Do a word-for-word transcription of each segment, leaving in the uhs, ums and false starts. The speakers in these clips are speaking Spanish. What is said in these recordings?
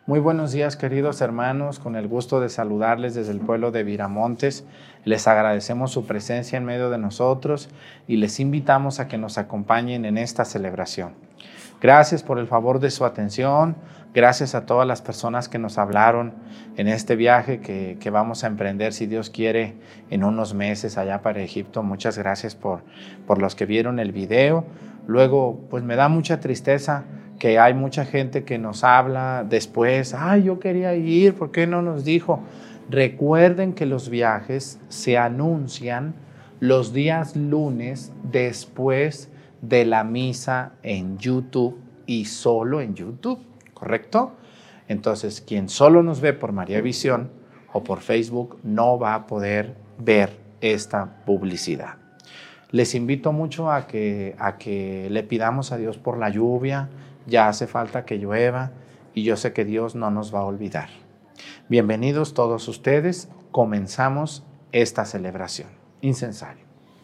Muy buenos días, queridos hermanos, con el gusto de saludarles desde el pueblo de Viramontes. Les agradecemos su presencia en medio de nosotros y les invitamos a que nos acompañen en esta celebración. Gracias por el favor de su atención, gracias a todas las personas que nos hablaron en este viaje que, que vamos a emprender, si Dios quiere, en unos meses allá para Egipto. Muchas gracias por, por los que vieron el video. Luego, pues me da mucha tristeza que hay mucha gente que nos habla después, ay, yo quería ir, ¿por qué no nos dijo? Recuerden que los viajes se anuncian los días lunes después de la misa en YouTube y solo en YouTube, ¿correcto? Entonces, quien solo nos ve por María Visión o por Facebook no va a poder ver esta publicidad. Les invito mucho a que, a que le pidamos a Dios por la lluvia. Ya hace falta que llueva y yo sé que Dios no nos va a olvidar. Bienvenidos todos ustedes. Comenzamos esta celebración. Incensario.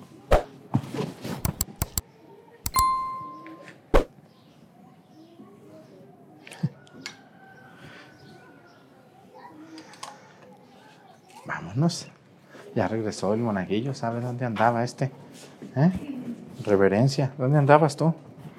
Vámonos. Ya regresó el monaguillo. ¿Sabe dónde andaba este? ¿Eh? Reverencia. ¿Dónde andabas tú?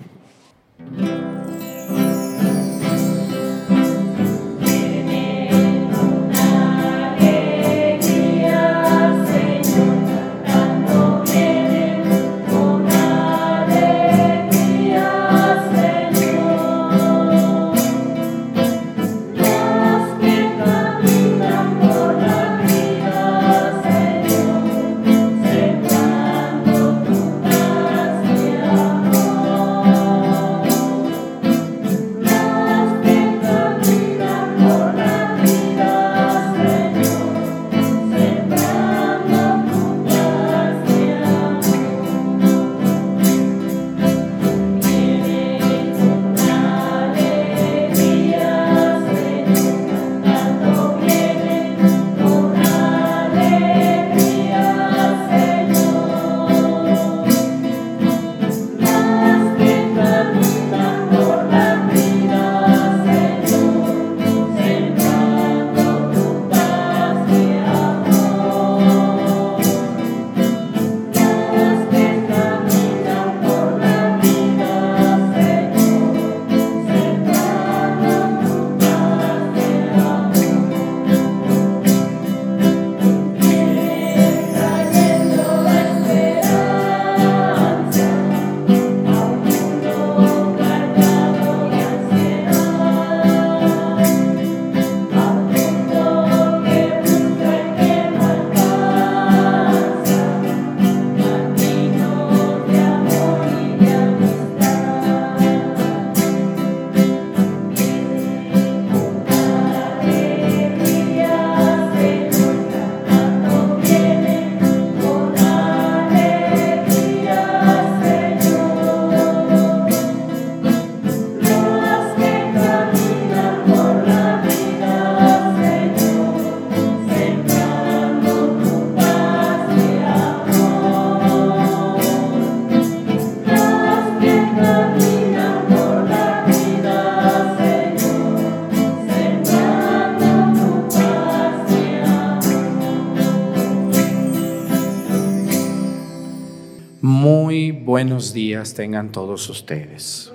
Muy buenos días tengan todos ustedes.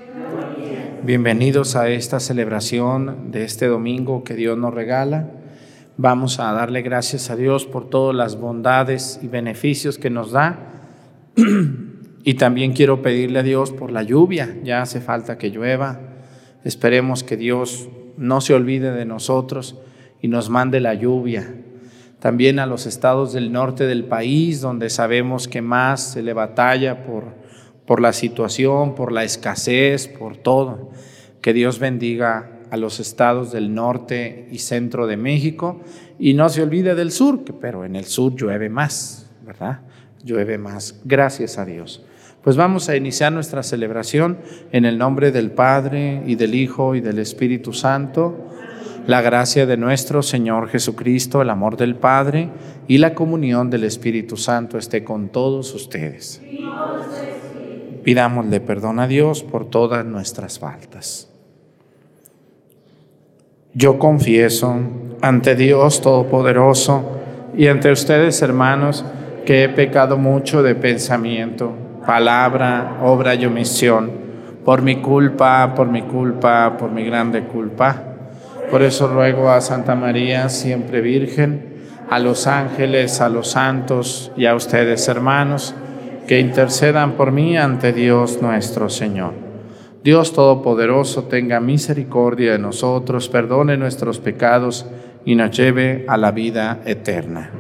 Bienvenidos a esta celebración de este domingo que Dios nos regala. Vamos a darle gracias a Dios por todas las bondades y beneficios que nos da. Y también quiero pedirle a Dios por la lluvia. Ya hace falta que llueva. Esperemos que Dios no se olvide de nosotros y nos mande la lluvia. También a los estados del norte del país, donde sabemos que más se le batalla por, por la situación, por la escasez, por todo. Que Dios bendiga a los estados del norte y centro de México y no se olvide del sur, pero en el sur llueve más, ¿verdad? Llueve más, gracias a Dios. Pues vamos a iniciar nuestra celebración en el nombre del Padre y del Hijo y del Espíritu Santo. La gracia de nuestro Señor Jesucristo, el amor del Padre y la comunión del Espíritu Santo esté con todos ustedes. Pidámosle perdón a Dios por todas nuestras faltas. Yo confieso ante Dios Todopoderoso y ante ustedes, hermanos, que he pecado mucho de pensamiento, palabra, obra y omisión, por mi culpa, por mi culpa, por mi grande culpa. Por eso ruego a Santa María, siempre Virgen, a los ángeles, a los santos y a ustedes, hermanos, que intercedan por mí ante Dios nuestro Señor. Dios Todopoderoso tenga misericordia de nosotros, perdone nuestros pecados y nos lleve a la vida eterna.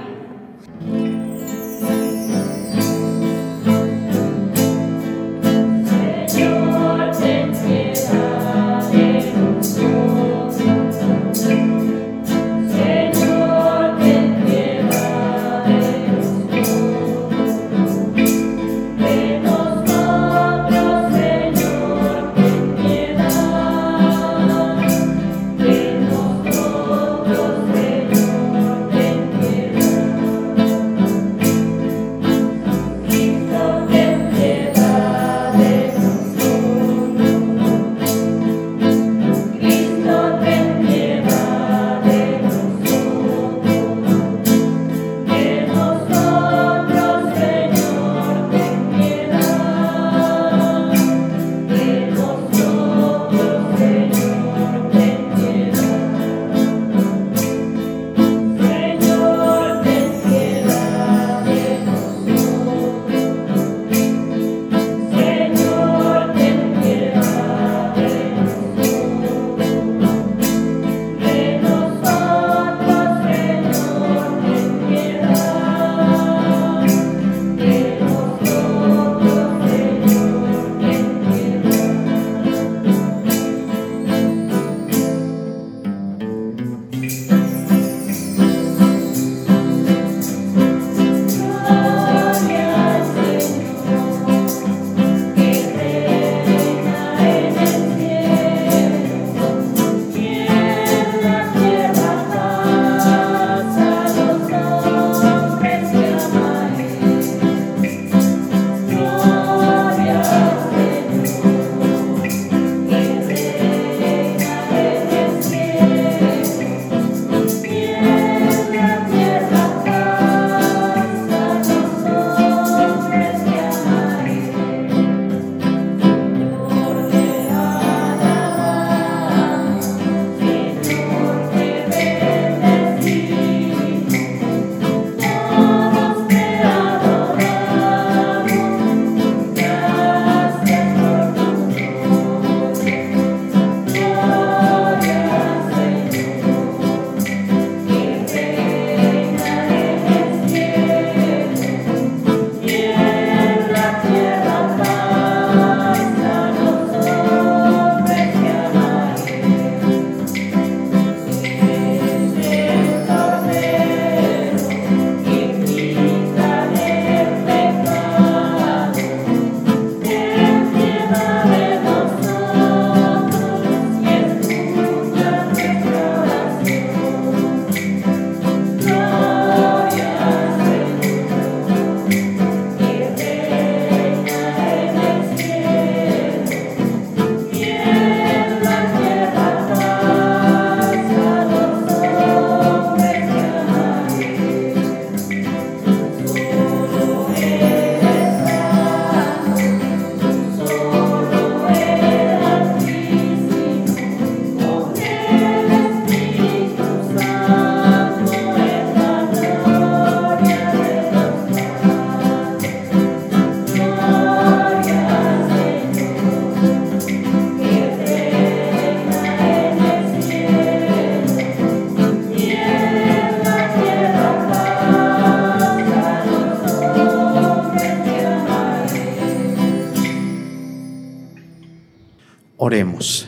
Oremos.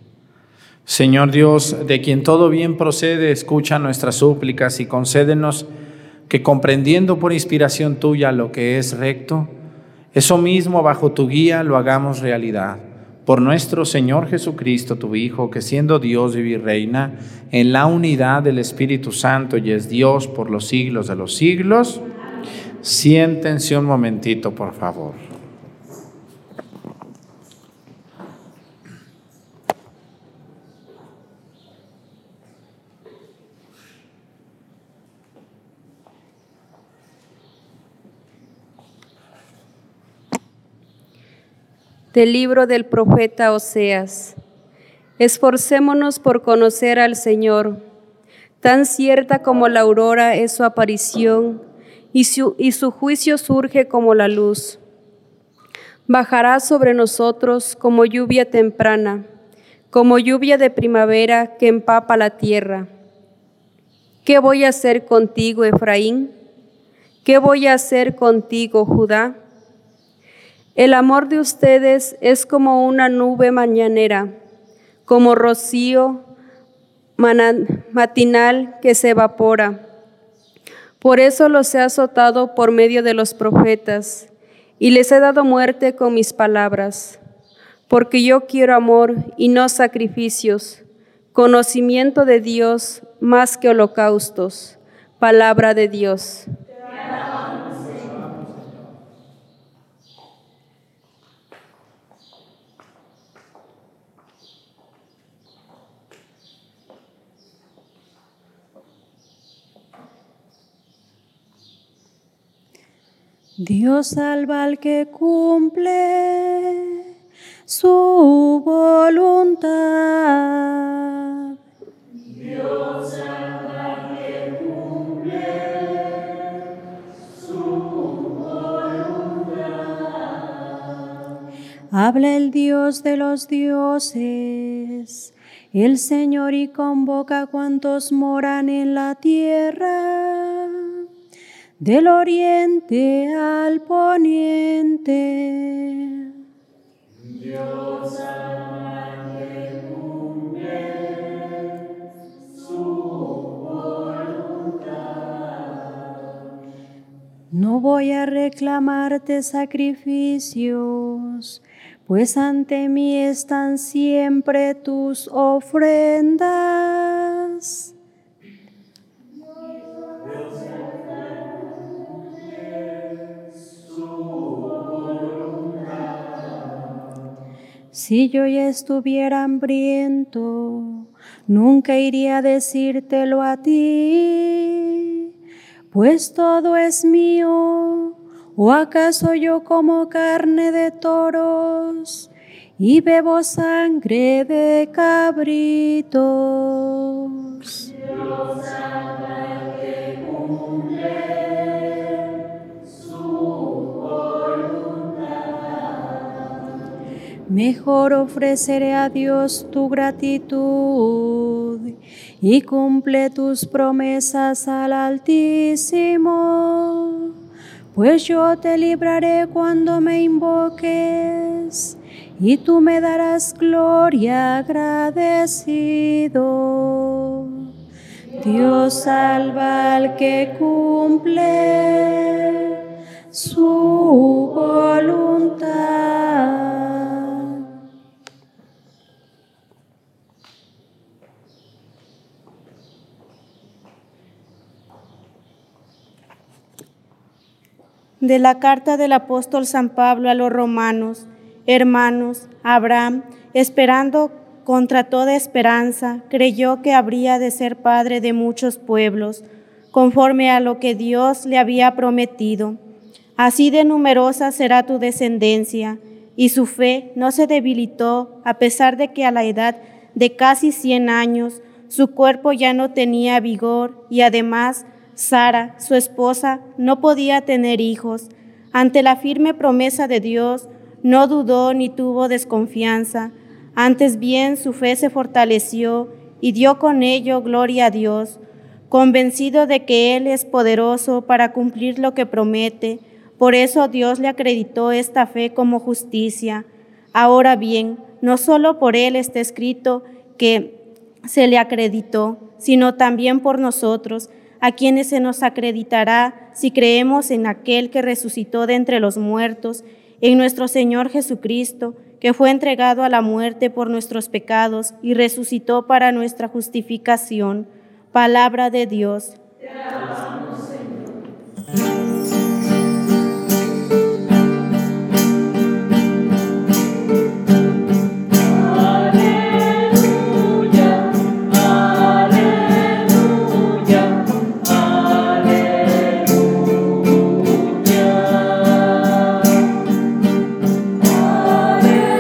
Señor Dios, de quien todo bien procede, escucha nuestras súplicas y concédenos que, comprendiendo por inspiración tuya lo que es recto, eso mismo bajo tu guía lo hagamos realidad. Por nuestro Señor Jesucristo, tu Hijo, que siendo Dios vive y reina en la unidad del Espíritu Santo y es Dios por los siglos de los siglos. Siéntense un momentito, por favor. Del libro del profeta Oseas. Esforcémonos por conocer al Señor. Tan cierta como la aurora es su aparición, y su, y su juicio surge como la luz. Bajará sobre nosotros como lluvia temprana, como lluvia de primavera que empapa la tierra. ¿Qué voy a hacer contigo, Efraín? ¿Qué voy a hacer contigo, Judá? El amor de ustedes es como una nube mañanera, como rocío matinal que se evapora. Por eso los he azotado por medio de los profetas, y les he dado muerte con mis palabras. Porque yo quiero amor y no sacrificios, conocimiento de Dios más que holocaustos. Palabra de Dios. Dios salva al que cumple su voluntad. Dios salva al que cumple su voluntad. Habla el Dios de los dioses, el Señor, y convoca a cuantos moran en la tierra. Del oriente al poniente. Dios salva al que cumple su voluntad. No voy a reclamarte sacrificios, pues ante mí están siempre tus ofrendas. Si yo ya estuviera hambriento, nunca iría a decírtelo a ti, pues todo es mío. ¿O acaso yo como carne de toros y bebo sangre de cabritos? Dios salva al que cumple su voluntad. Mejor ofreceré a Dios tu gratitud y cumple tus promesas al Altísimo, pues yo te libraré cuando me invoques y tú me darás gloria agradecido. Dios salva al que cumple su voluntad. De la carta del apóstol San Pablo a los romanos. Hermanos, Abraham, esperando contra toda esperanza, creyó que habría de ser padre de muchos pueblos, conforme a lo que Dios le había prometido. Así de numerosa será tu descendencia, y su fe no se debilitó, a pesar de que a la edad de casi cien años su cuerpo ya no tenía vigor, y además Sara, su esposa, no podía tener hijos. Ante la firme promesa de Dios, no dudó ni tuvo desconfianza. Antes bien, su fe se fortaleció y dio con ello gloria a Dios, convencido de que Él es poderoso para cumplir lo que promete. Por eso Dios le acreditó esta fe como justicia. Ahora bien, no solo por Él está escrito que se le acreditó, sino también por nosotros, a quienes se nos acreditará si creemos en aquel que resucitó de entre los muertos, en nuestro Señor Jesucristo, que fue entregado a la muerte por nuestros pecados y resucitó para nuestra justificación. Palabra de Dios. Te alabamos, Señor. Aleluya.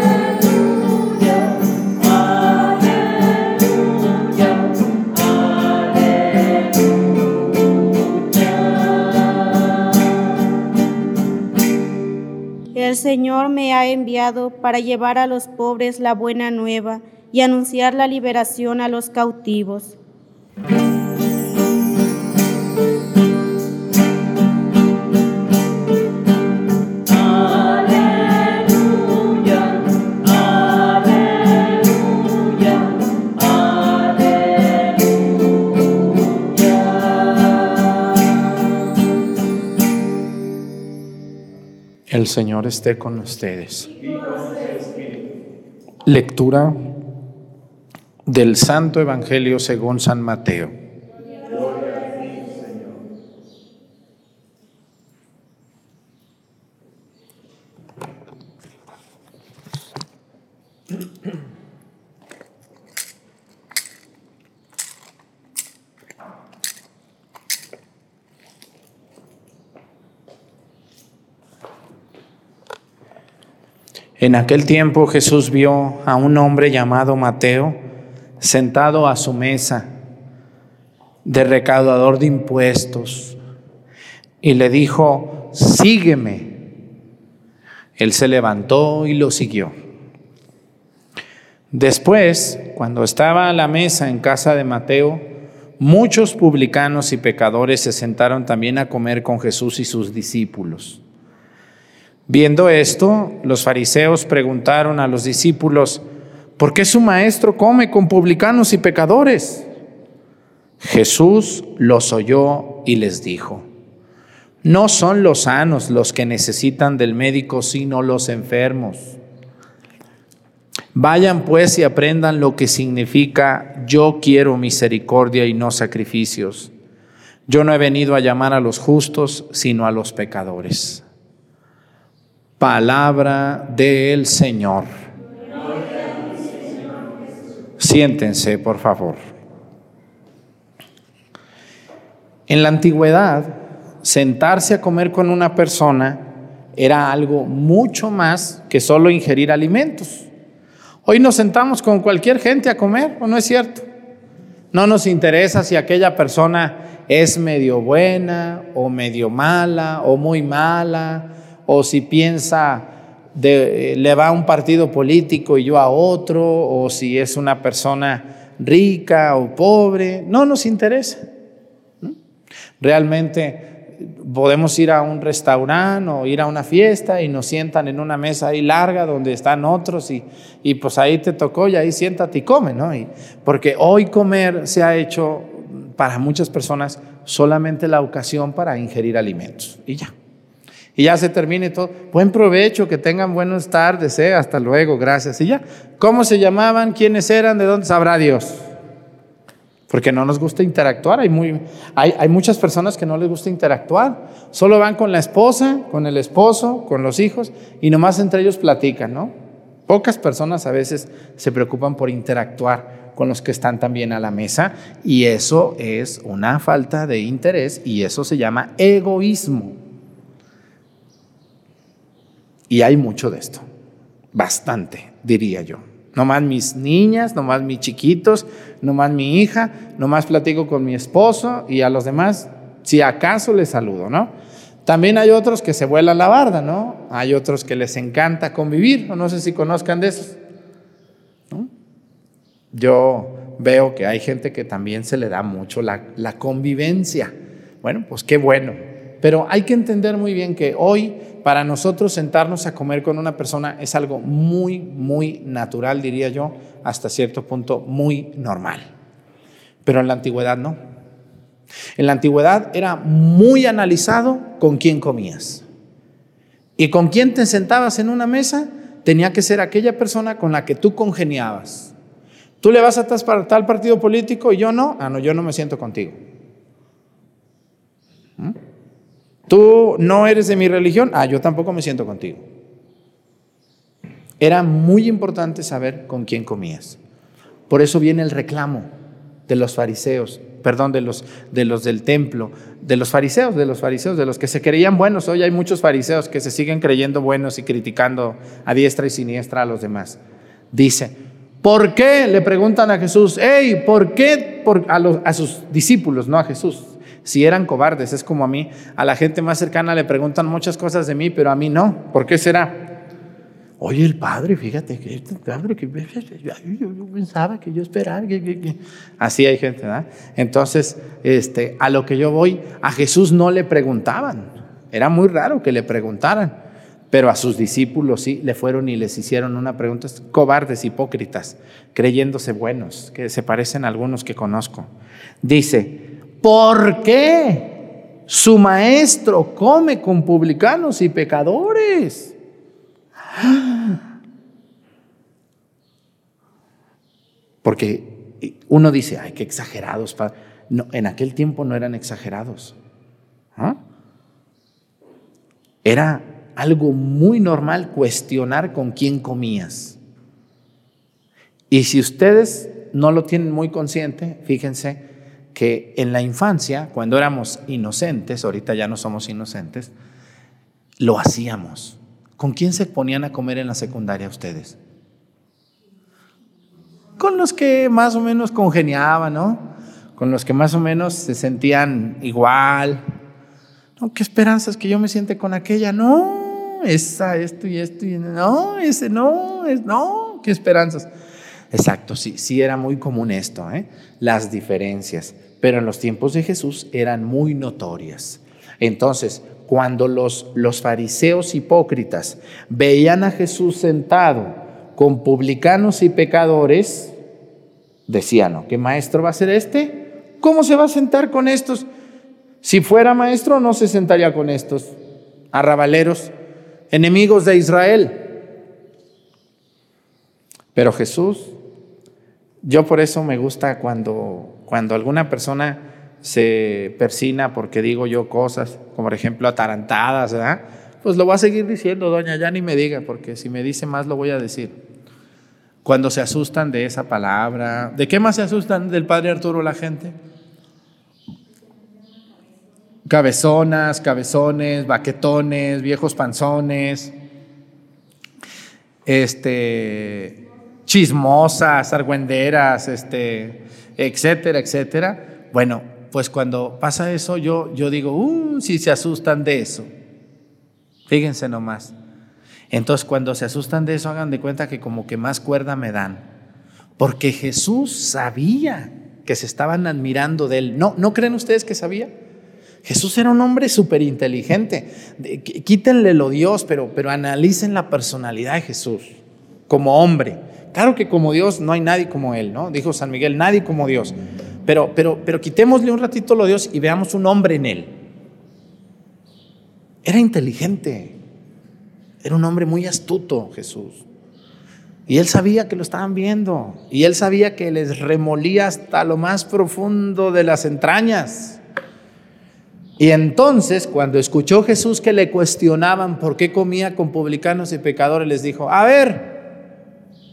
Señor me ha enviado para llevar a los pobres la buena nueva y anunciar la liberación a los cautivos. El Señor esté con ustedes. Lectura del Santo Evangelio según San Mateo. En aquel tiempo Jesús vio a un hombre llamado Mateo sentado a su mesa de recaudador de impuestos y le dijo: sígueme. Él se levantó y lo siguió. Después, cuando estaba a la mesa en casa de Mateo, muchos publicanos y pecadores se sentaron también a comer con Jesús y sus discípulos. Viendo esto, los fariseos preguntaron a los discípulos: ¿por qué su maestro come con publicanos y pecadores? Jesús los oyó y les dijo: no son los sanos los que necesitan del médico, sino los enfermos. Vayan pues y aprendan lo que significa: yo quiero misericordia y no sacrificios. Yo no he venido a llamar a los justos, sino a los pecadores. Palabra del Señor. Siéntense, por favor. En la antigüedad, sentarse a comer con una persona era algo mucho más que solo ingerir alimentos. Hoy nos sentamos con cualquier gente a comer, ¿o no es cierto? No nos interesa si aquella persona es medio buena o medio mala o muy mala, o si piensa de, le va a un partido político y yo a otro, o si es una persona rica o pobre. No nos interesa. Realmente podemos ir a un restaurante o ir a una fiesta y nos sientan en una mesa ahí larga donde están otros y, y pues ahí te tocó y ahí siéntate y come, ¿no? Y porque hoy comer se ha hecho para muchas personas solamente la ocasión para ingerir alimentos y ya. Y ya se termine todo. Buen provecho, que tengan buenas tardes, ¿eh? Hasta luego, gracias. Y ya. ¿Cómo se llamaban? ¿Quiénes eran? ¿De dónde? Sabrá Dios. Porque no nos gusta interactuar. Hay, muy, hay, hay muchas personas que no les gusta interactuar. Solo van con la esposa, con el esposo, con los hijos y nomás entre ellos platican, ¿no? Pocas personas a veces se preocupan por interactuar con los que están también a la mesa, y eso es una falta de interés y eso se llama egoísmo. Y hay mucho de esto, bastante, diría yo. Nomás mis niñas, nomás mis chiquitos, nomás mi hija, nomás platico con mi esposo y a los demás, si acaso les saludo, ¿no? También hay otros que se vuelan la barda, ¿no? Hay otros que les encanta convivir, o no sé si conozcan de esos, ¿no? Yo veo que hay gente que también se le da mucho la, la convivencia. Bueno, pues qué bueno. Pero hay que entender muy bien que hoy para nosotros sentarnos a comer con una persona es algo muy, muy natural, diría yo, hasta cierto punto muy normal. Pero en la antigüedad no. En la antigüedad era muy analizado con quién comías. Y con quién te sentabas en una mesa tenía que ser aquella persona con la que tú congeniabas. Tú le vas a tal partido político y yo no. Ah, no, yo no me siento contigo. ¿Mm? Tú no eres de mi religión, ah, yo tampoco me siento contigo. Era muy importante saber con quién comías. Por eso viene el reclamo de los fariseos, perdón, de los, de los del templo, de los fariseos, de los fariseos, de los que se creían buenos. Hoy hay muchos fariseos que se siguen creyendo buenos y criticando a diestra y siniestra a los demás. Dice, ¿por qué? Le preguntan a Jesús, hey, ¿por qué? Por, a, los, a sus discípulos, no a Jesús. Si eran cobardes, es como a mí, a la gente más cercana le preguntan muchas cosas de mí, pero a mí no. ¿Por qué será? Oye, el padre, fíjate que este padre que yo, yo pensaba que yo esperaba que, que, que. Así hay gente, ¿verdad? Entonces, este, a lo que yo voy, a Jesús no le preguntaban. Era muy raro que le preguntaran, pero a sus discípulos sí le fueron y les hicieron una pregunta. Cobardes, hipócritas, creyéndose buenos, que se parecen a algunos que conozco. Dice, ¿por qué su maestro come con publicanos y pecadores? Porque uno dice, ay, qué exagerados. No, en aquel tiempo no eran exagerados. ¿Ah? Era algo muy normal cuestionar con quién comías. Y si ustedes no lo tienen muy consciente, fíjense que en la infancia, cuando éramos inocentes, ahorita ya no somos inocentes, lo hacíamos. ¿Con quién se ponían a comer en la secundaria ustedes? Con los que más o menos congeniaban, ¿no? Con los que más o menos se sentían igual. No, qué esperanzas que yo me siente con aquella. No, esa, esto y esto. Y no, ese no, es, no, qué esperanzas. Exacto, sí, sí era muy común esto, ¿eh? Las diferencias. Pero en los tiempos de Jesús eran muy notorias. Entonces, cuando los, los fariseos hipócritas veían a Jesús sentado con publicanos y pecadores, decían, ¿no? ¿Qué maestro va a ser este? ¿Cómo se va a sentar con estos? Si fuera maestro, no se sentaría con estos arrabaleros, enemigos de Israel. Pero Jesús, yo por eso me gusta cuando, cuando alguna persona se persina porque digo yo cosas, como por ejemplo atarantadas, ¿verdad? Pues lo voy a seguir diciendo, doña, ya ni me diga, porque si me dice más lo voy a decir. Cuando se asustan de esa palabra, ¿de qué más se asustan del padre Arturo la gente? Cabezonas, cabezones, baquetones, viejos panzones, este, chismosas, argüenderas, este, etcétera, etcétera. Bueno, pues cuando pasa eso, yo, yo digo, uh, si se asustan de eso. Fíjense nomás. Entonces, cuando se asustan de eso, hagan de cuenta que como que más cuerda me dan. Porque Jesús sabía que se estaban admirando de él. ¿No, ¿no creen ustedes que sabía? Jesús era un hombre súper inteligente. Quítenle lo Dios, pero, pero analicen la personalidad de Jesús como hombre. Claro que como Dios no hay nadie como él, ¿no? Dijo San Miguel, nadie como Dios. Pero, pero, pero quitémosle un ratito lo Dios y veamos un hombre en él. Era inteligente. Era un hombre muy astuto, Jesús. Y él sabía que lo estaban viendo. Y él sabía que les remolía hasta lo más profundo de las entrañas. Y entonces, cuando escuchó Jesús que le cuestionaban por qué comía con publicanos y pecadores, les dijo, a ver,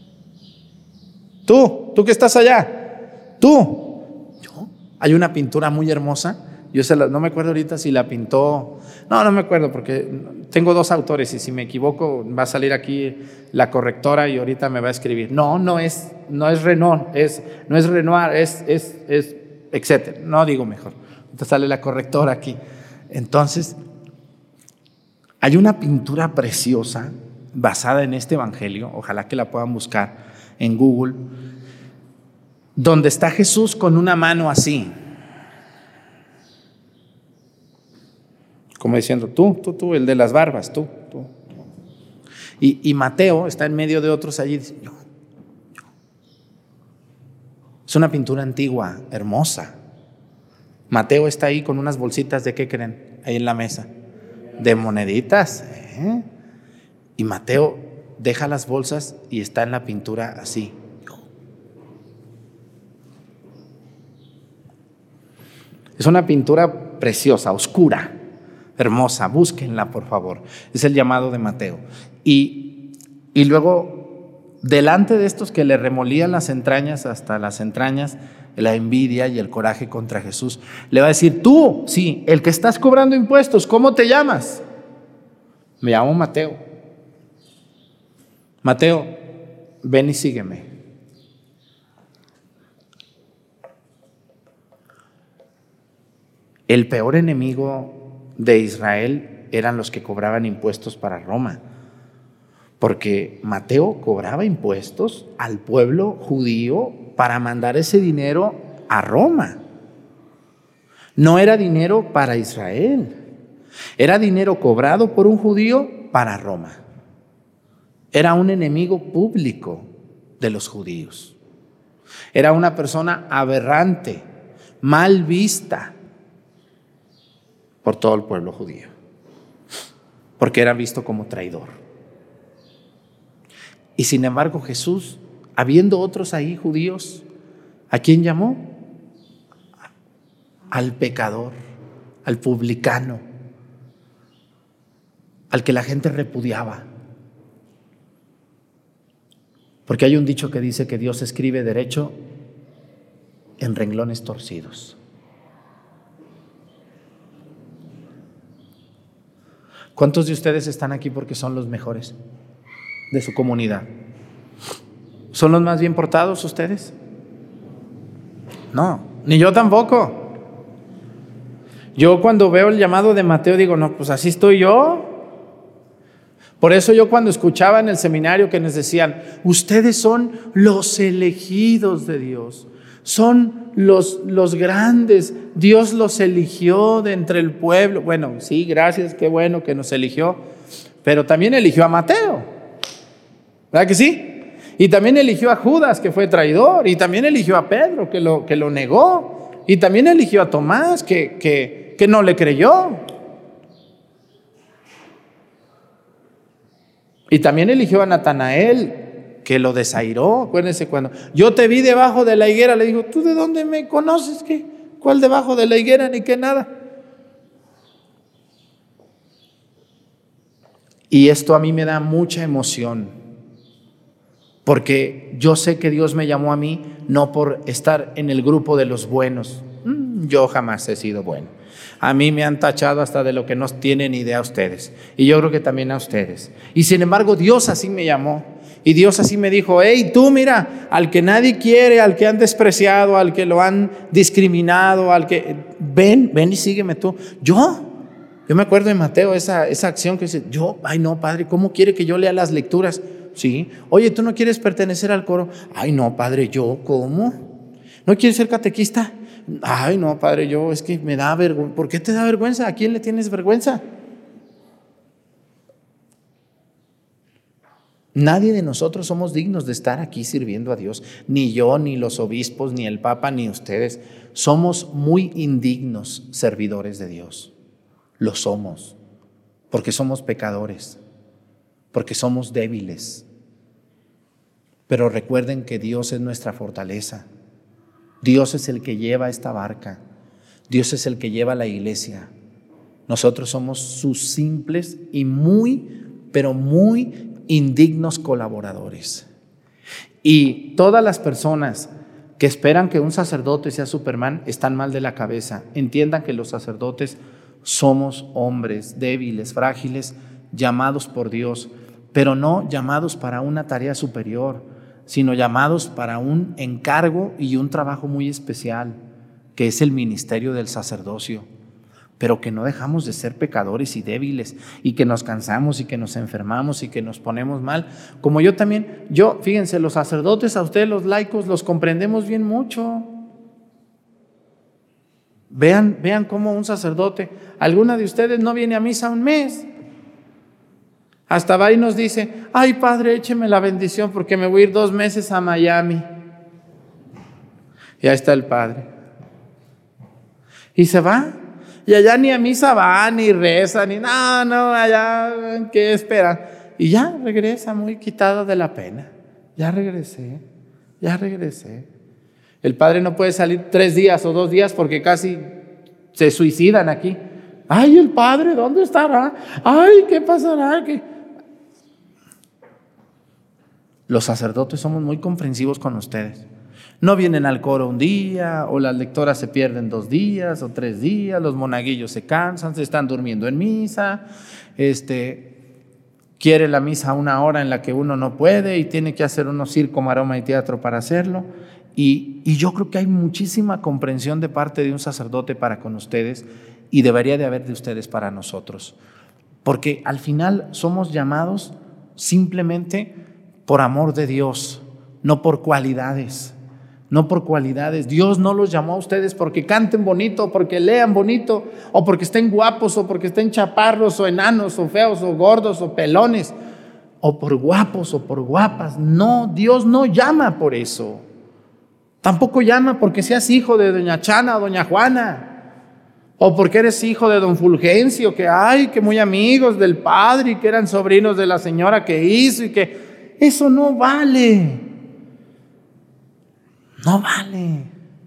tú, tú que estás allá, tú. ¿Yo? Hay una pintura muy hermosa. Yo se la, no me acuerdo ahorita si la pintó, no, no me acuerdo porque tengo dos autores y si me equivoco va a salir aquí la correctora y ahorita me va a escribir. No, no es, no es Renoir, es, no es Renoir, es, es, es, etcétera. No digo mejor. Entonces sale la correctora aquí. Entonces, hay una pintura preciosa basada en este evangelio, ojalá que la puedan buscar en Google, donde está Jesús con una mano así. Como diciendo, tú, tú, tú, el de las barbas, tú, tú, tú. Y, y Mateo está en medio de otros allí. Dice, yo, yo. Es una pintura antigua, hermosa. Mateo está ahí con unas bolsitas de ¿qué creen? Ahí en la mesa. De moneditas. ¿eh? Y Mateo deja las bolsas y está en la pintura así. Es una pintura preciosa, oscura. Hermosa, búsquenla por favor. Es el llamado de Mateo. Y, y luego, delante de estos que le remolían las entrañas hasta las entrañas, la envidia y el coraje contra Jesús, le va a decir, tú, sí, el que estás cobrando impuestos, ¿cómo te llamas? Me llamo Mateo. Mateo, ven y sígueme. El peor enemigo de Israel eran los que cobraban impuestos para Roma, Porque Mateo cobraba impuestos al pueblo judío para mandar ese dinero a Roma. No era dinero para Israel, era dinero cobrado por un judío para Roma. Era un enemigo público de los judíos. Era una persona aberrante, mal vista por todo el pueblo judío, porque era visto como traidor. Y sin embargo Jesús, habiendo otros ahí judíos, ¿a quién llamó? Al pecador, al publicano, al que la gente repudiaba. Porque hay un dicho que dice que Dios escribe derecho en renglones torcidos. ¿Cuántos de ustedes están aquí porque son los mejores de su comunidad? ¿Son los más bien portados ustedes? No, ni yo tampoco. Yo cuando veo el llamado de Mateo digo, no, pues así estoy yo. Por eso yo cuando escuchaba en el seminario que nos decían, ustedes son los elegidos de Dios, son los, los grandes, Dios los eligió de entre el pueblo. Bueno, sí, gracias, qué bueno que nos eligió, pero también eligió a Mateo, ¿verdad que sí? Y también eligió a Judas, que fue traidor, y también eligió a Pedro, que lo, que lo negó, y también eligió a Tomás, que, que, que no le creyó. Y también eligió a Natanael, que lo desairó. Acuérdense cuando yo te vi debajo de la higuera, le dijo, ¿tú de dónde me conoces? ¿Qué? ¿Cuál debajo de la higuera? Ni qué nada. Y esto a mí me da mucha emoción, porque yo sé que Dios me llamó a mí no por estar en el grupo de los buenos. Yo jamás he sido bueno. A mí me han tachado hasta de lo que no tienen idea ustedes. Y yo creo que también a ustedes. Y sin embargo, Dios así me llamó. Y Dios así me dijo, hey, tú mira, al que nadie quiere, al que han despreciado, al que lo han discriminado, al que... Ven, ven y sígueme tú. Yo, yo me acuerdo de Mateo, esa, esa acción que dice, yo, ay no, padre, ¿cómo quiere que yo lea las lecturas? Sí. Oye, ¿tú no quieres pertenecer al coro? Ay no, padre, ¿yo cómo? ¿No quieres ser catequista? Ay, no, padre, yo es que me da vergüenza. ¿Por qué te da vergüenza? ¿A quién le tienes vergüenza? Nadie de nosotros somos dignos de estar aquí sirviendo a Dios. Ni yo, ni los obispos, ni el Papa, ni ustedes. Somos muy indignos servidores de Dios. Lo somos. Porque somos pecadores. Porque somos débiles. Pero recuerden que Dios es nuestra fortaleza. Dios es el que lleva esta barca. Dios es el que lleva la iglesia. Nosotros somos sus simples y muy, pero muy indignos colaboradores. Y todas las personas que esperan que un sacerdote sea Superman están mal de la cabeza. Entiendan que los sacerdotes somos hombres débiles, frágiles, llamados por Dios, pero no llamados para una tarea superior, sino llamados para un encargo y un trabajo muy especial, que es el ministerio del sacerdocio, pero que no dejamos de ser pecadores y débiles, y que nos cansamos y que nos enfermamos y que nos ponemos mal, como yo también. Yo, fíjense, los sacerdotes, a ustedes los laicos los comprendemos bien mucho. Vean, vean cómo un sacerdote, alguna de ustedes no viene a misa un mes, hasta va y nos dice, ay padre, écheme la bendición porque me voy a ir dos meses a Miami. Y ahí está el padre. Y se va. Y allá ni a misa va, ni reza, ni no, no, allá, ¿qué espera? Y ya regresa muy quitado de la pena. Ya regresé, ya regresé. El padre no puede salir tres días o dos días porque casi se suicidan aquí. Ay, el padre, ¿dónde estará? Ay, ¿qué pasará? ¿Qué? Los sacerdotes somos muy comprensivos con ustedes. No vienen al coro un día, o las lectoras se pierden dos días o tres días, los monaguillos se cansan, se están durmiendo en misa, este, quiere la misa a una hora en la que uno no puede y tiene que hacer unos circo, maroma y teatro para hacerlo. Y, y yo creo que hay muchísima comprensión de parte de un sacerdote para con ustedes, y debería de haber de ustedes para nosotros, porque al final somos llamados simplemente por amor de Dios, no por cualidades, no por cualidades. Dios no los llamó a ustedes porque canten bonito, porque lean bonito, o porque estén guapos, o porque estén chaparros, o enanos, o feos, o gordos, o pelones, o por guapos, o por guapas. No, Dios no llama por eso. Tampoco llama porque seas hijo de doña Chana o doña Juana, o porque eres hijo de don Fulgencio, que ay, que muy amigos del padre y que eran sobrinos de la señora que hizo y que eso no vale. No vale.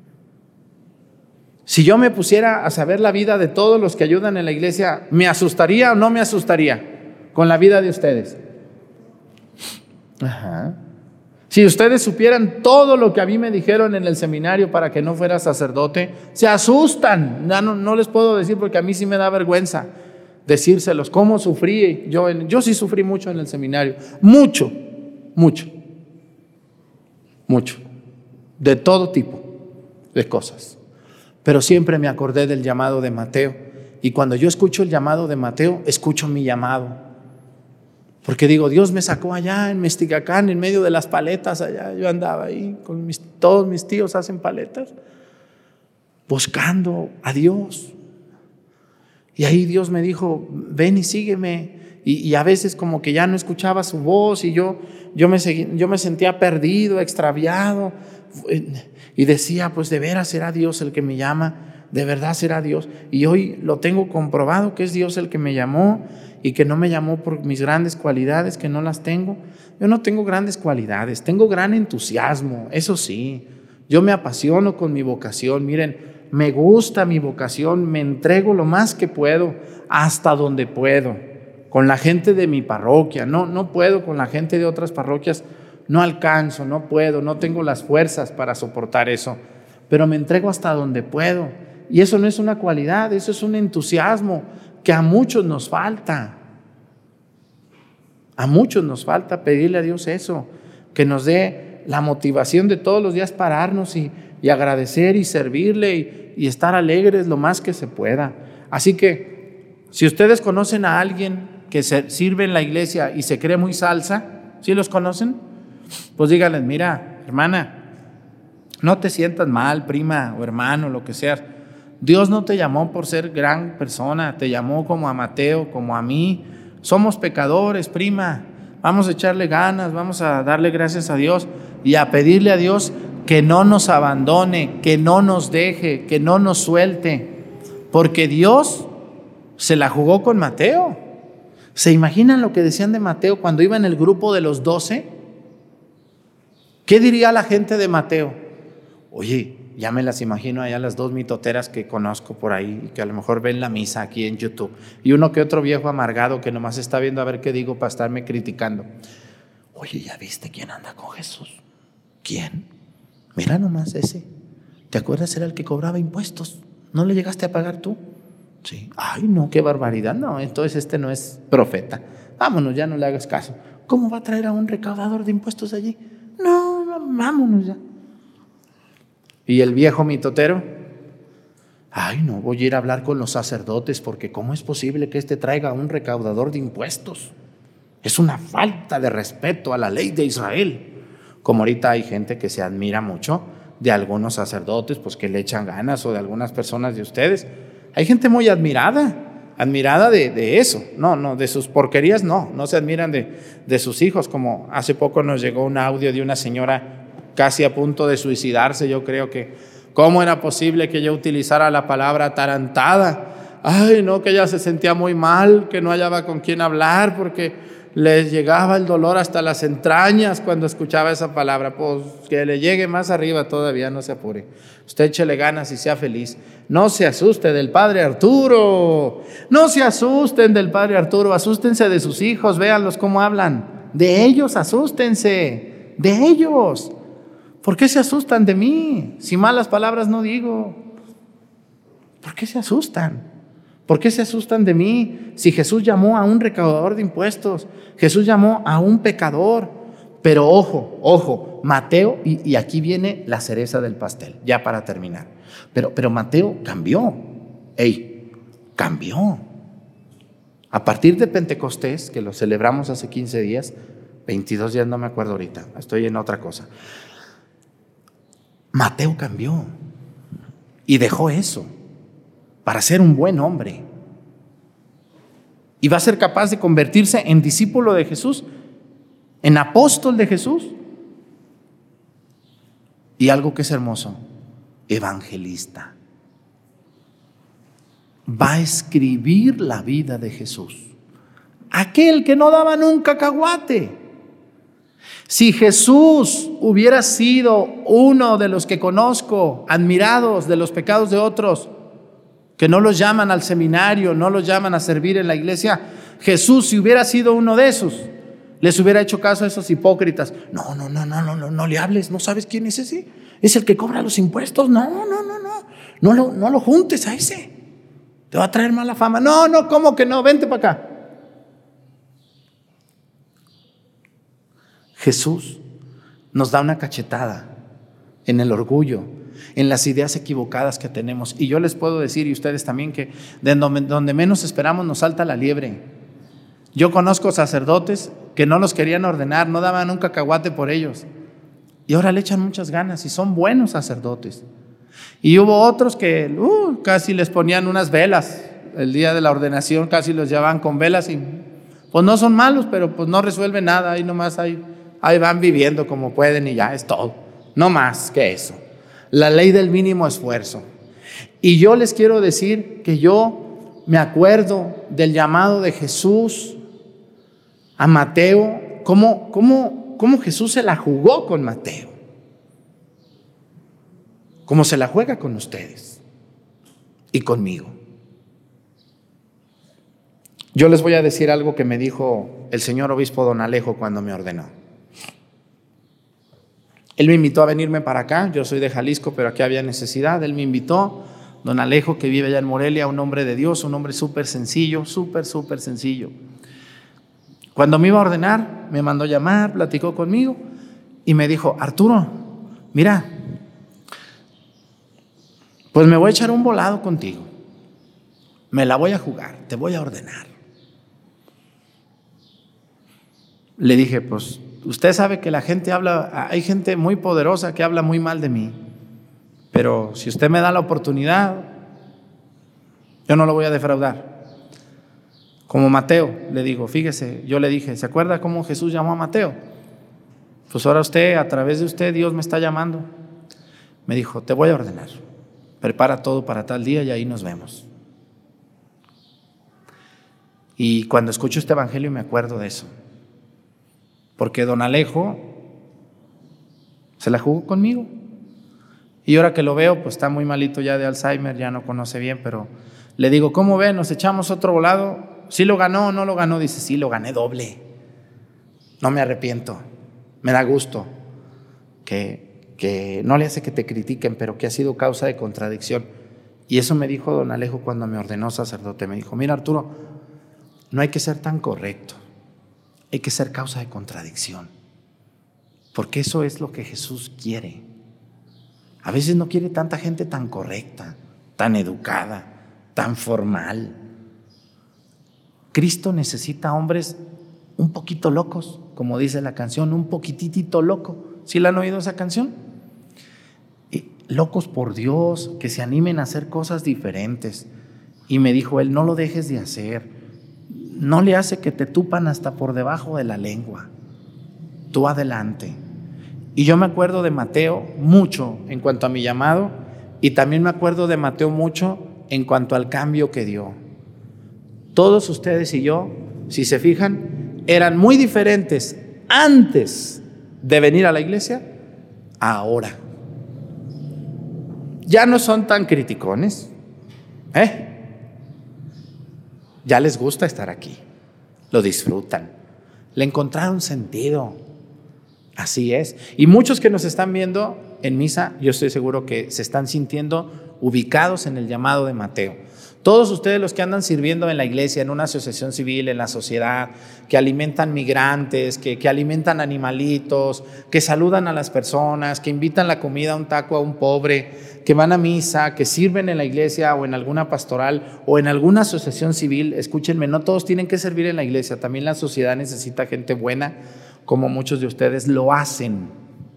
Si yo me pusiera a saber la vida de todos los que ayudan en la iglesia, ¿me asustaría o no me asustaría con la vida de ustedes? Ajá. Si ustedes supieran todo lo que a mí me dijeron en el seminario para que no fuera sacerdote, se asustan. Ya no, no les puedo decir porque a mí sí me da vergüenza decírselos. ¿Cómo sufrí? Yo, en, yo sí sufrí mucho en el seminario. Mucho, mucho, mucho. De todo tipo de cosas. Pero siempre me acordé del llamado de Mateo. Y cuando yo escucho el llamado de Mateo, escucho mi llamado. Porque digo, Dios me sacó allá en Mestigacán, en medio de las paletas allá. Yo andaba ahí, con mis, todos mis tíos hacen paletas, buscando a Dios. Y ahí Dios me dijo, ven y sígueme. Y, y a veces como que ya no escuchaba su voz y yo, yo, me seguí, yo me sentía perdido, extraviado. Y decía, pues de veras será Dios el que me llama, de verdad será Dios. Y hoy lo tengo comprobado que es Dios el que me llamó. Y que no me llamó por mis grandes cualidades, que no las tengo. Yo no tengo grandes cualidades, tengo gran entusiasmo, eso sí. Yo me apasiono con mi vocación. Miren, me gusta mi vocación, me entrego lo más que puedo, hasta donde puedo. Con la gente de mi parroquia, no, no puedo con la gente de otras parroquias, no alcanzo, no puedo, no tengo las fuerzas para soportar eso. Pero me entrego hasta donde puedo. Y eso no es una cualidad, eso es un entusiasmo que a muchos nos falta. A muchos nos falta pedirle a Dios eso, que nos dé la motivación de todos los días pararnos y, y agradecer y servirle y, y estar alegres lo más que se pueda. Así que, si ustedes conocen a alguien que se sirve en la iglesia y se cree muy salsa, ¿sí los conocen? Pues díganles, mira, hermana, no te sientas mal, prima o hermano, lo que sea. Dios no te llamó por ser gran persona, te llamó como a Mateo, como a mí. Somos pecadores, prima. Vamos a echarle ganas, vamos a darle gracias a Dios y a pedirle a Dios que no nos abandone, que no nos deje, que no nos suelte. Porque Dios se la jugó con Mateo. ¿Se imaginan lo que decían de Mateo cuando iba en el grupo de los doce? ¿Qué diría la gente de Mateo? Oye, ya me las imagino allá las dos mitoteras que conozco por ahí, que a lo mejor ven la misa aquí en YouTube, y uno que otro viejo amargado que nomás está viendo a ver qué digo para estarme criticando. Oye, ¿ya viste quién anda con Jesús? ¿Quién? Mira nomás ese. ¿Te acuerdas? Era el que cobraba impuestos. ¿No le llegaste a pagar tú? Sí. Ay, no, qué barbaridad. No, entonces este no es profeta. Vámonos, ya no le hagas caso. ¿Cómo va a traer a un recaudador de impuestos allí? No, no, vámonos ya. ¿Y el viejo mitotero? Ay, no, voy a ir a hablar con los sacerdotes porque ¿cómo es posible que este traiga a un recaudador de impuestos? Es una falta de respeto a la ley de Israel. Como ahorita hay gente que se admira mucho de algunos sacerdotes, pues que le echan ganas, o de algunas personas de ustedes. Hay gente muy admirada, admirada de, de eso. No, no, de sus porquerías no, no se admiran de, de sus hijos. Como hace poco nos llegó un audio de una señora casi a punto de suicidarse. Yo creo que cómo era posible que yo utilizara la palabra atarantada. Ay, no, que ella se sentía muy mal, que no hallaba con quién hablar porque les llegaba el dolor hasta las entrañas cuando escuchaba esa palabra. Pues que le llegue más arriba todavía, no se apure. Usted échele ganas y sea feliz. No se asuste del padre Arturo, no se asusten del padre Arturo, asústense de sus hijos, véanlos cómo hablan. De ellos asústense, de ellos. ¿Por qué se asustan de mí? Si malas palabras no digo. ¿Por qué se asustan? ¿Por qué se asustan de mí? Si Jesús llamó a un recaudador de impuestos, Jesús llamó a un pecador. Pero ojo, ojo, Mateo, y, y aquí viene la cereza del pastel, ya para terminar. Pero, pero Mateo cambió. Ey, cambió. A partir de Pentecostés, que lo celebramos hace quince días, veintidós días, no me acuerdo ahorita, estoy en otra cosa. Mateo cambió y dejó eso para ser un buen hombre. Y va a ser capaz de convertirse en discípulo de Jesús, en apóstol de Jesús. Y algo que es hermoso, evangelista. Va a escribir la vida de Jesús. Aquel que no daba nunca cacahuate. Si Jesús hubiera sido uno de los que conozco, admirados de los pecados de otros, que no los llaman al seminario, no los llaman a servir en la iglesia, Jesús, si hubiera sido uno de esos, les hubiera hecho caso a esos hipócritas. No, no, no, no, no, no, no le hables, no sabes quién es ese. Es el que cobra los impuestos. No, no, no, no, no lo, no lo juntes a ese. Te va a traer mala fama. No, no, ¿cómo que no? Vente para acá. Jesús nos da una cachetada en el orgullo, en las ideas equivocadas que tenemos. Y yo les puedo decir, y ustedes también, que de donde menos esperamos nos salta la liebre. Yo conozco sacerdotes que no los querían ordenar, no daban un cacahuate por ellos. Y ahora le echan muchas ganas y son buenos sacerdotes. Y hubo otros que uh, casi les ponían unas velas. El día de la ordenación casi los llevaban con velas y pues no son malos, pero pues no resuelven nada. Ahí nomás ahí, ahí van viviendo como pueden y ya es todo. No más que eso. La ley del mínimo esfuerzo. Y yo les quiero decir que yo me acuerdo del llamado de Jesús a Mateo, cómo, cómo, cómo Jesús se la jugó con Mateo, cómo se la juega con ustedes y conmigo. Yo les voy a decir algo que me dijo el señor obispo don Alejo cuando me ordenó. Él me invitó a venirme para acá, yo soy de Jalisco, pero aquí había necesidad. Él me invitó, don Alejo, que vive allá en Morelia, un hombre de Dios, un hombre súper sencillo, súper, súper sencillo. Cuando me iba a ordenar, me mandó llamar, platicó conmigo y me dijo: Arturo, mira, pues me voy a echar un volado contigo, me la voy a jugar, te voy a ordenar. Le dije: pues usted sabe que la gente habla, hay gente muy poderosa que habla muy mal de mí, pero si usted me da la oportunidad, yo no lo voy a defraudar. Como Mateo, le digo, fíjese, yo le dije, ¿se acuerda cómo Jesús llamó a Mateo? Pues ahora usted, a través de usted, Dios me está llamando. Me dijo: te voy a ordenar, prepara todo para tal día y ahí nos vemos. Y cuando escucho este evangelio me acuerdo de eso, porque don Alejo se la jugó conmigo. Y ahora que lo veo, pues está muy malito ya de Alzheimer, ya no conoce bien, pero le digo: ¿cómo ve? ¿Nos echamos otro volado? ¿Sí lo ganó o no lo ganó? Dice: sí, lo gané doble. No me arrepiento, me da gusto que, que no le hace que te critiquen, pero que ha sido causa de contradicción. Y eso me dijo don Alejo cuando me ordenó sacerdote. Me dijo: mira, Arturo, no hay que ser tan correcto, hay que ser causa de contradicción, porque eso es lo que Jesús quiere. A veces no quiere tanta gente tan correcta, tan educada, tan formal. Cristo necesita hombres un poquito locos, como dice la canción, un poquitito loco. ¿Sí la han oído esa canción? Y locos por Dios, que se animen a hacer cosas diferentes. Y me dijo él: no lo dejes de hacer, no le hace que te tupan hasta por debajo de la lengua, tú adelante. Y yo me acuerdo de Mateo mucho en cuanto a mi llamado, y también me acuerdo de Mateo mucho en cuanto al cambio que dio. Todos ustedes y yo, si se fijan, eran muy diferentes antes de venir a la iglesia a ahora. Ya no son tan criticones, ¿eh? Ya les gusta estar aquí, lo disfrutan, le encontraron sentido. Así es. Y muchos que nos están viendo en misa, yo estoy seguro que se están sintiendo ubicados en el llamado de Mateo. Todos ustedes los que andan sirviendo en la iglesia, en una asociación civil, en la sociedad, que alimentan migrantes, que, que alimentan animalitos, que saludan a las personas, que invitan la comida a un taco a un pobre, que van a misa, que sirven en la iglesia o en alguna pastoral o en alguna asociación civil. Escúchenme, no todos tienen que servir en la iglesia, también la sociedad necesita gente buena, como muchos de ustedes lo hacen.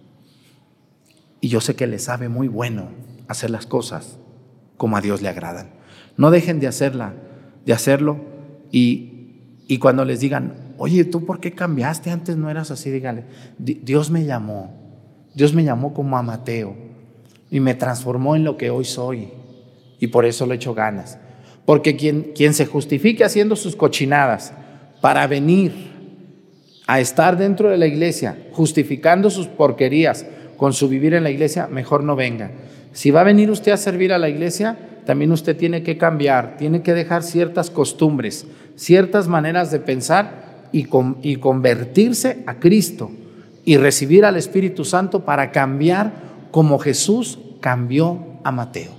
Y yo sé que les sabe muy bueno hacer las cosas como a Dios le agradan. No dejen de hacerla, de hacerlo y, y cuando les digan, oye, ¿tú por qué cambiaste? Antes no eras así, díganle, Dios me llamó, Dios me llamó como a Mateo y me transformó en lo que hoy soy y por eso le echo ganas. Porque quien, quien se justifique haciendo sus cochinadas para venir a estar dentro de la iglesia, justificando sus porquerías con su vivir en la iglesia, mejor no venga. Si va a venir usted a servir a la iglesia, también usted tiene que cambiar, tiene que dejar ciertas costumbres, ciertas maneras de pensar y, con, y convertirse a Cristo y recibir al Espíritu Santo para cambiar como Jesús cambió a Mateo.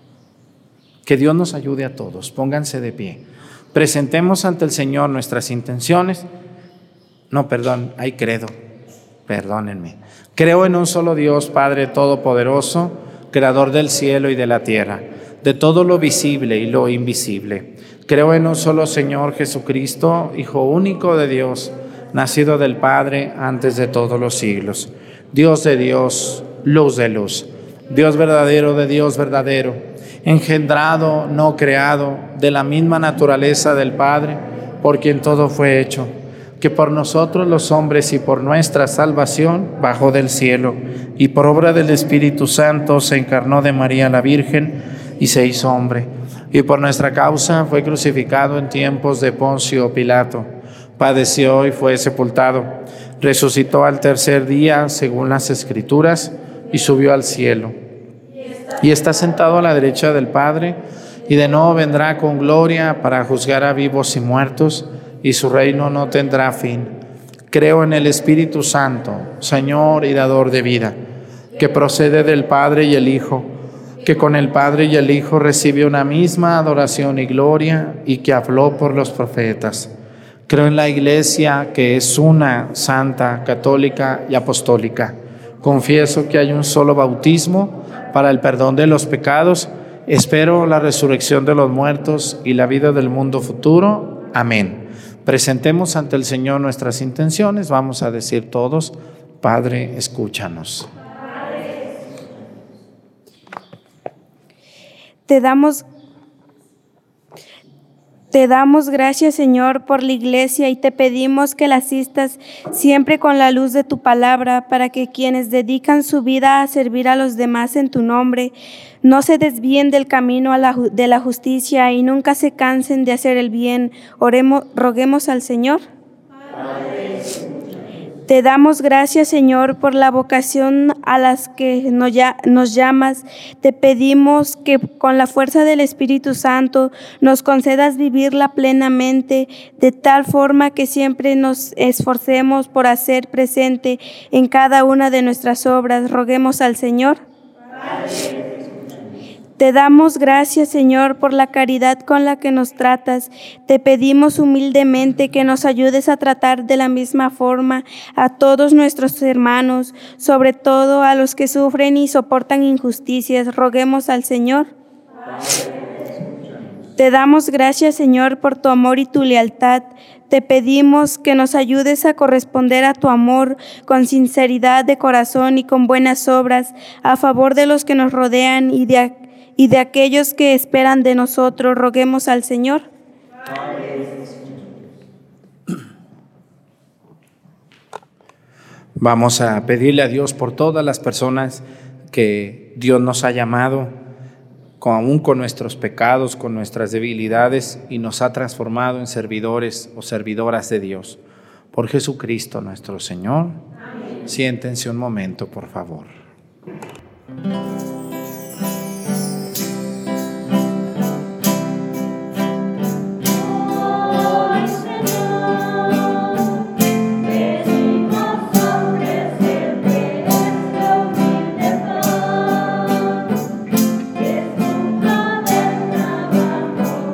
Que Dios nos ayude a todos. Pónganse de pie. Presentemos ante el Señor nuestras intenciones. No, perdón, hay credo. Perdónenme. Creo en un solo Dios, Padre Todopoderoso, Creador del cielo y de la tierra, de todo lo visible y lo invisible. Creo en un solo Señor Jesucristo, Hijo único de Dios, nacido del Padre antes de todos los siglos. Dios de Dios, luz de luz. Dios verdadero de Dios verdadero, engendrado, no creado, de la misma naturaleza del Padre, por quien todo fue hecho, que por nosotros los hombres y por nuestra salvación bajó del cielo, y por obra del Espíritu Santo se encarnó de María la Virgen y se hizo hombre, y por nuestra causa fue crucificado en tiempos de Poncio Pilato, padeció y fue sepultado, resucitó al tercer día según las Escrituras y subió al cielo, y está sentado a la derecha del Padre, y de nuevo vendrá con gloria para juzgar a vivos y muertos, y su reino no tendrá fin. Creo en el Espíritu Santo, Señor y dador de vida, que procede del Padre y el Hijo, que con el Padre y el Hijo recibe una misma adoración y gloria, y que habló por los profetas. Creo en la Iglesia, que es una, santa, católica y apostólica. Confieso que hay un solo bautismo para el perdón de los pecados. Espero la resurrección de los muertos y la vida del mundo futuro. Amén. Presentemos ante el Señor nuestras intenciones. Vamos a decir todos, Padre, escúchanos. Te damos, te damos gracias, Señor, por la iglesia y te pedimos que la asistas siempre con la luz de tu palabra, para que quienes dedican su vida a servir a los demás en tu nombre no se desvíen del camino a la, de la justicia y nunca se cansen de hacer el bien. Oremos, roguemos al Señor. Padre. Te damos gracias, Señor, por la vocación a las que nos, nos llamas. Te pedimos que con la fuerza del Espíritu Santo nos concedas vivirla plenamente, de tal forma que siempre nos esforcemos por hacer presente en cada una de nuestras obras. Roguemos al Señor. Padre. Te damos gracias, Señor, por la caridad con la que nos tratas. Te pedimos humildemente que nos ayudes a tratar de la misma forma a todos nuestros hermanos, sobre todo a los que sufren y soportan injusticias. Roguemos al Señor. Te damos gracias, Señor, por tu amor y tu lealtad. Te pedimos que nos ayudes a corresponder a tu amor con sinceridad de corazón y con buenas obras a favor de los que nos rodean y de y de aquellos que esperan de nosotros. Roguemos al Señor. Vamos a pedirle a Dios por todas las personas que Dios nos ha llamado, aún con nuestros pecados, con nuestras debilidades, y nos ha transformado en servidores o servidoras de Dios. Por Jesucristo nuestro Señor. Amén. Siéntense un momento, por favor. Thank you.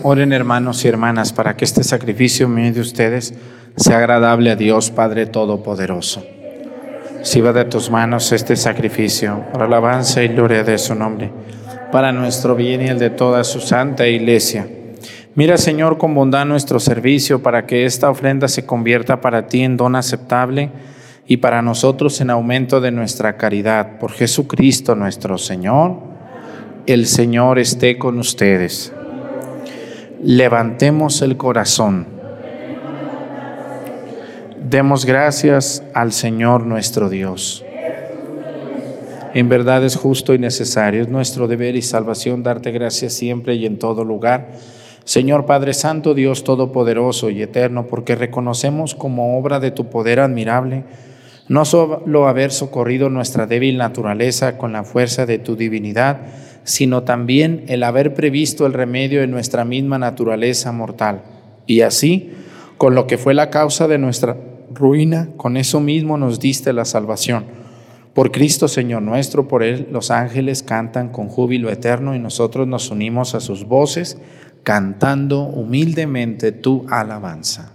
Oren, hermanos y hermanas, para que este sacrificio mío de ustedes sea agradable a Dios Padre Todopoderoso. Reciba de tus manos este sacrificio para alabanza y gloria de su nombre, para nuestro bien y el de toda su santa iglesia. Mira, Señor, con bondad nuestro servicio, para que esta ofrenda se convierta para ti en don aceptable y para nosotros en aumento de nuestra caridad. Por Jesucristo nuestro Señor. El Señor esté con ustedes. Levantemos el corazón. Demos gracias al Señor nuestro Dios. En verdad es justo y necesario, es nuestro deber y salvación darte gracias siempre y en todo lugar, Señor Padre Santo, Dios Todopoderoso y Eterno, porque reconocemos como obra de tu poder admirable no solo haber socorrido nuestra débil naturaleza con la fuerza de tu divinidad, sino también el haber previsto el remedio de nuestra misma naturaleza mortal. Y así, con lo que fue la causa de nuestra ruina, con eso mismo nos diste la salvación. Por Cristo, Señor nuestro, por Él los ángeles cantan con júbilo eterno y nosotros nos unimos a sus voces, cantando humildemente tu alabanza.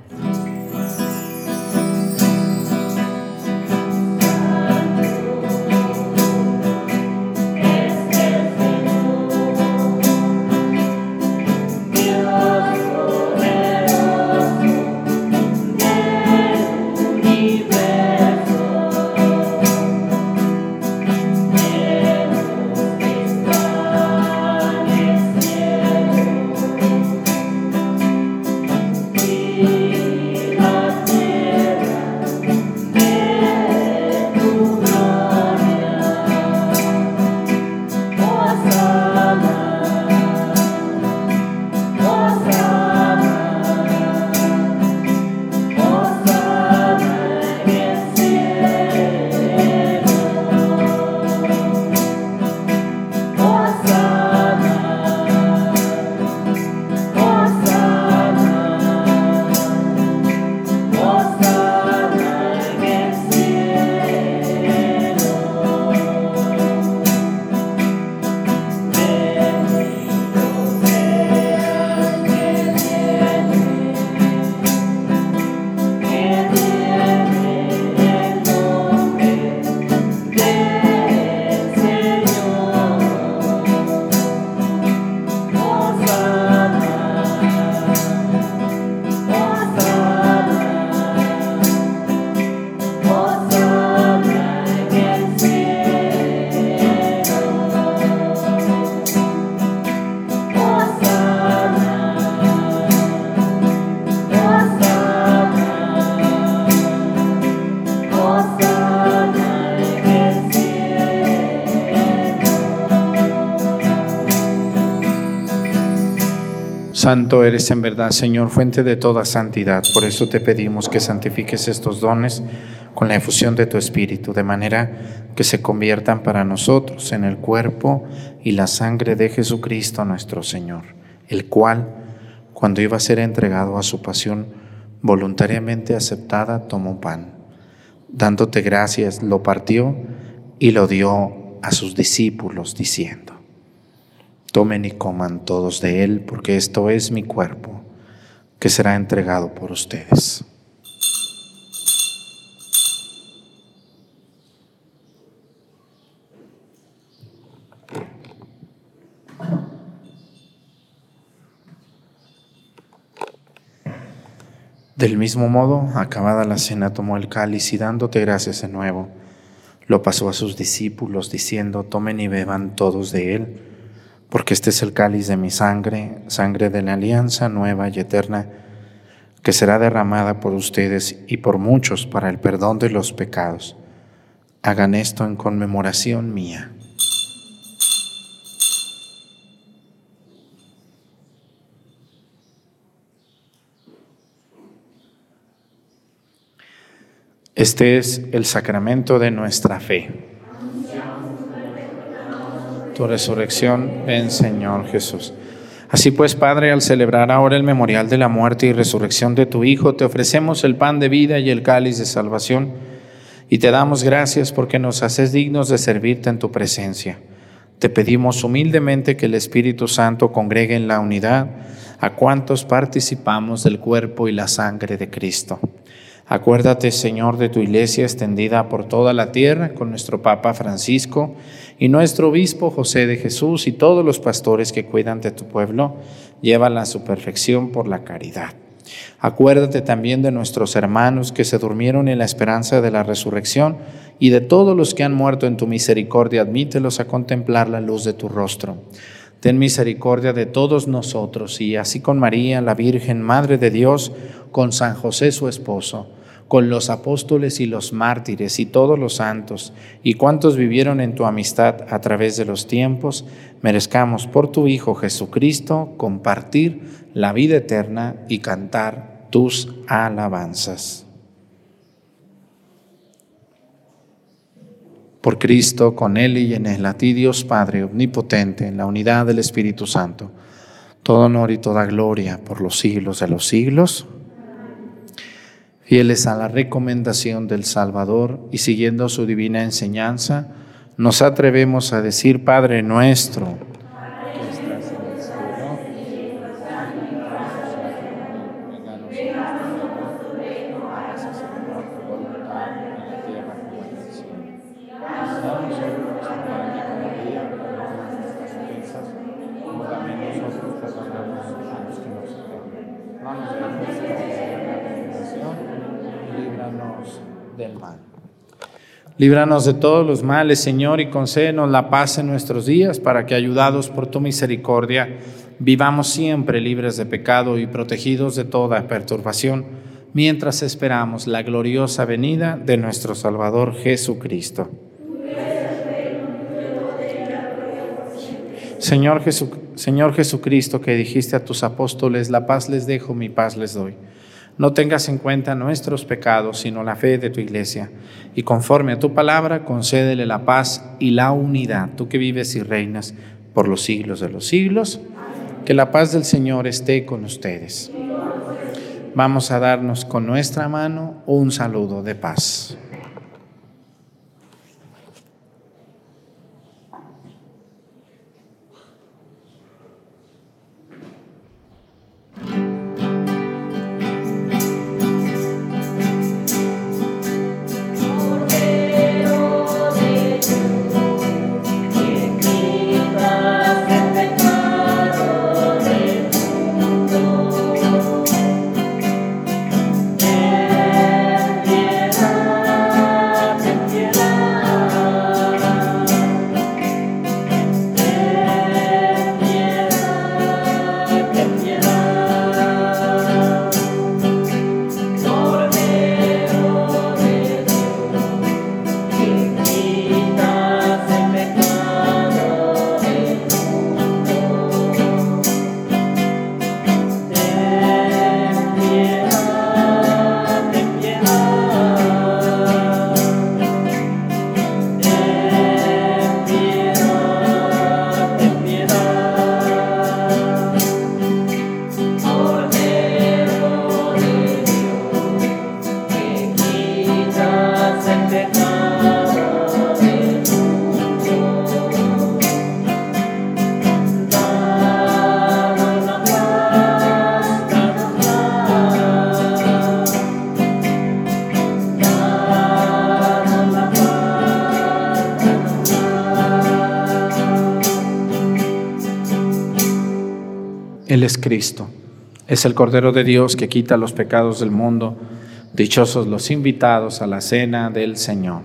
Santo eres en verdad, Señor, fuente de toda santidad. Por eso te pedimos que santifiques estos dones con la efusión de tu Espíritu, de manera que se conviertan para nosotros en el cuerpo y la sangre de Jesucristo nuestro Señor, el cual, cuando iba a ser entregado a su pasión voluntariamente aceptada, tomó pan. Dándote gracias, lo partió y lo dio a sus discípulos, diciendo: tomen y coman todos de él, porque esto es mi cuerpo, que será entregado por ustedes. Del mismo modo, acabada la cena, tomó el cáliz y dándote gracias de nuevo, lo pasó a sus discípulos, diciendo: tomen y beban todos de él, porque este es el cáliz de mi sangre, sangre de la alianza nueva y eterna, que será derramada por ustedes y por muchos para el perdón de los pecados. Hagan esto en conmemoración mía. Este es el sacramento de nuestra fe. Tu resurrección, ven, Señor Jesús. Así pues, Padre, al celebrar ahora el memorial de la muerte y resurrección de tu Hijo, te ofrecemos el pan de vida y el cáliz de salvación, y te damos gracias porque nos haces dignos de servirte en tu presencia. Te pedimos humildemente que el Espíritu Santo congregue en la unidad a cuantos participamos del cuerpo y la sangre de Cristo. Acuérdate, Señor, de tu iglesia extendida por toda la tierra, con nuestro Papa Francisco y nuestro obispo José de Jesús y todos los pastores que cuidan de tu pueblo. Llévala a su perfección por la caridad. Acuérdate también de nuestros hermanos que se durmieron en la esperanza de la resurrección y de todos los que han muerto en tu misericordia. Admítelos a contemplar la luz de tu rostro. Ten misericordia de todos nosotros y así con María, la Virgen, Madre de Dios, con San José su esposo, con los apóstoles y los mártires y todos los santos y cuantos vivieron en tu amistad a través de los tiempos, merezcamos por tu Hijo Jesucristo compartir la vida eterna y cantar tus alabanzas. Por Cristo, con Él y en Él, a ti Dios Padre omnipotente, en la unidad del Espíritu Santo, todo honor y toda gloria por los siglos de los siglos. Fieles a la recomendación del Salvador y siguiendo su divina enseñanza, nos atrevemos a decir: Padre nuestro, que estás en el cielo, venga tu reino, hágase Señor tu voluntad en la tierra como en el cielo. Danos hoy nuestro pan de cada día, perdona nuestras ofensas, como también nosotros perdonamos a los que nos ofenden. No nos dejes caer en la tentación, líbranos del mal. Líbranos de todos los males, Señor, y concédenos la paz en nuestros días, para que, ayudados por tu misericordia, vivamos siempre libres de pecado y protegidos de toda perturbación, mientras esperamos la gloriosa venida de nuestro Salvador Jesucristo. Señor, Jesu, Señor Jesucristo, que dijiste a tus apóstoles: la paz les dejo, mi paz les doy. No tengas en cuenta nuestros pecados, sino la fe de tu iglesia. Y conforme a tu palabra, concédele la paz y la unidad, tú que vives y reinas por los siglos de los siglos. Que la paz del Señor esté con ustedes. Vamos a darnos con nuestra mano un saludo de paz. Él es Cristo, es el Cordero de Dios que quita los pecados del mundo. Dichosos los invitados a la cena del Señor.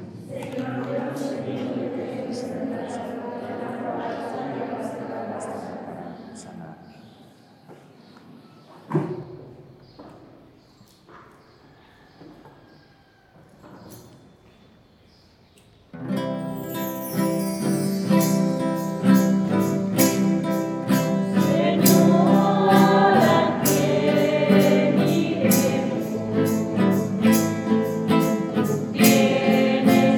Tienes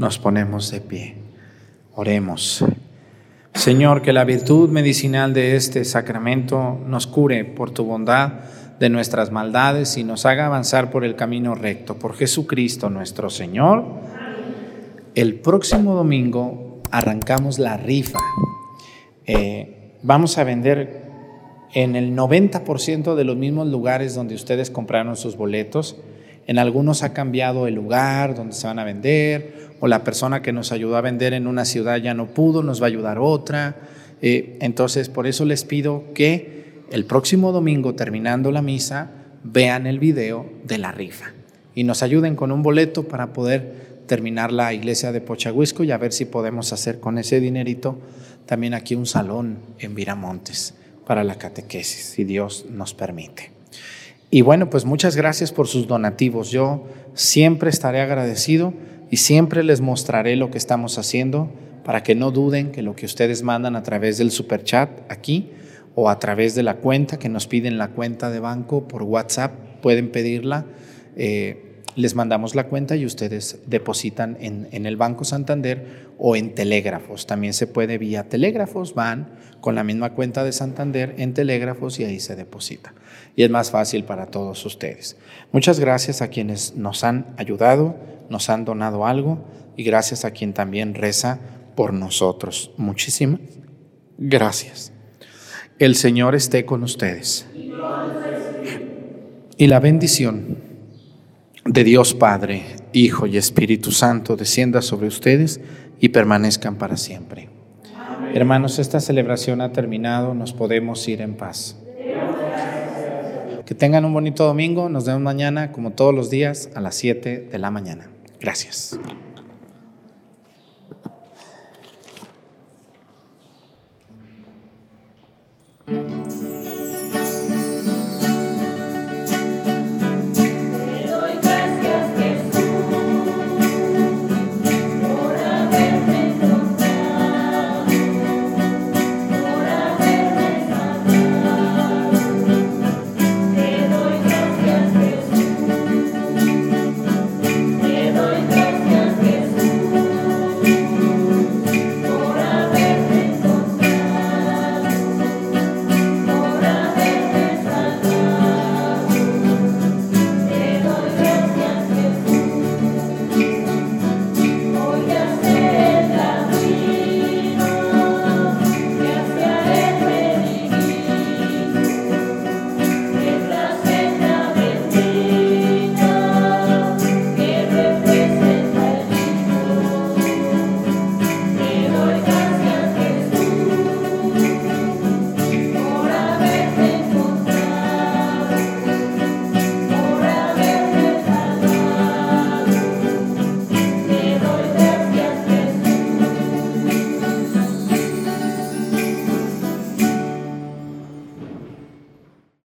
Nos ponemos de pie. Oremos. Señor, que la virtud medicinal de este sacramento nos cure por tu bondad de nuestras maldades y nos haga avanzar por el camino recto. Por Jesucristo nuestro Señor. El próximo domingo arrancamos la rifa. Eh, vamos a vender en el noventa por ciento de los mismos lugares donde ustedes compraron sus boletos. En algunos ha cambiado el lugar donde se van a vender, o la persona que nos ayudó a vender en una ciudad ya no pudo, nos va a ayudar otra. Eh, entonces, por eso les pido que el próximo domingo, terminando la misa, vean el video de la rifa y nos ayuden con un boleto para poder terminar la iglesia de Pochahuisco y a ver si podemos hacer con ese dinerito también aquí un salón en Viramontes para la catequesis, si Dios nos permite. Y bueno, pues muchas gracias por sus donativos. Yo siempre estaré agradecido y siempre les mostraré lo que estamos haciendo para que no duden que lo que ustedes mandan a través del superchat aquí o a través de la cuenta, que nos piden la cuenta de banco por WhatsApp, pueden pedirla, eh, les mandamos la cuenta y ustedes depositan en, en el Banco Santander o en telégrafos. También se puede vía telégrafos, van con la misma cuenta de Santander en telégrafos y ahí se deposita. Y es más fácil para todos ustedes. Muchas gracias a quienes nos han ayudado, nos han donado algo y gracias a quien también reza por nosotros. Muchísimas gracias. El Señor esté con ustedes. Y la bendición de Dios Padre, Hijo y Espíritu Santo descienda sobre ustedes y permanezcan para siempre. Amén. Hermanos, esta celebración ha terminado, nos podemos ir en paz. Que tengan un bonito domingo, nos vemos mañana como todos los días a las siete de la mañana. Gracias.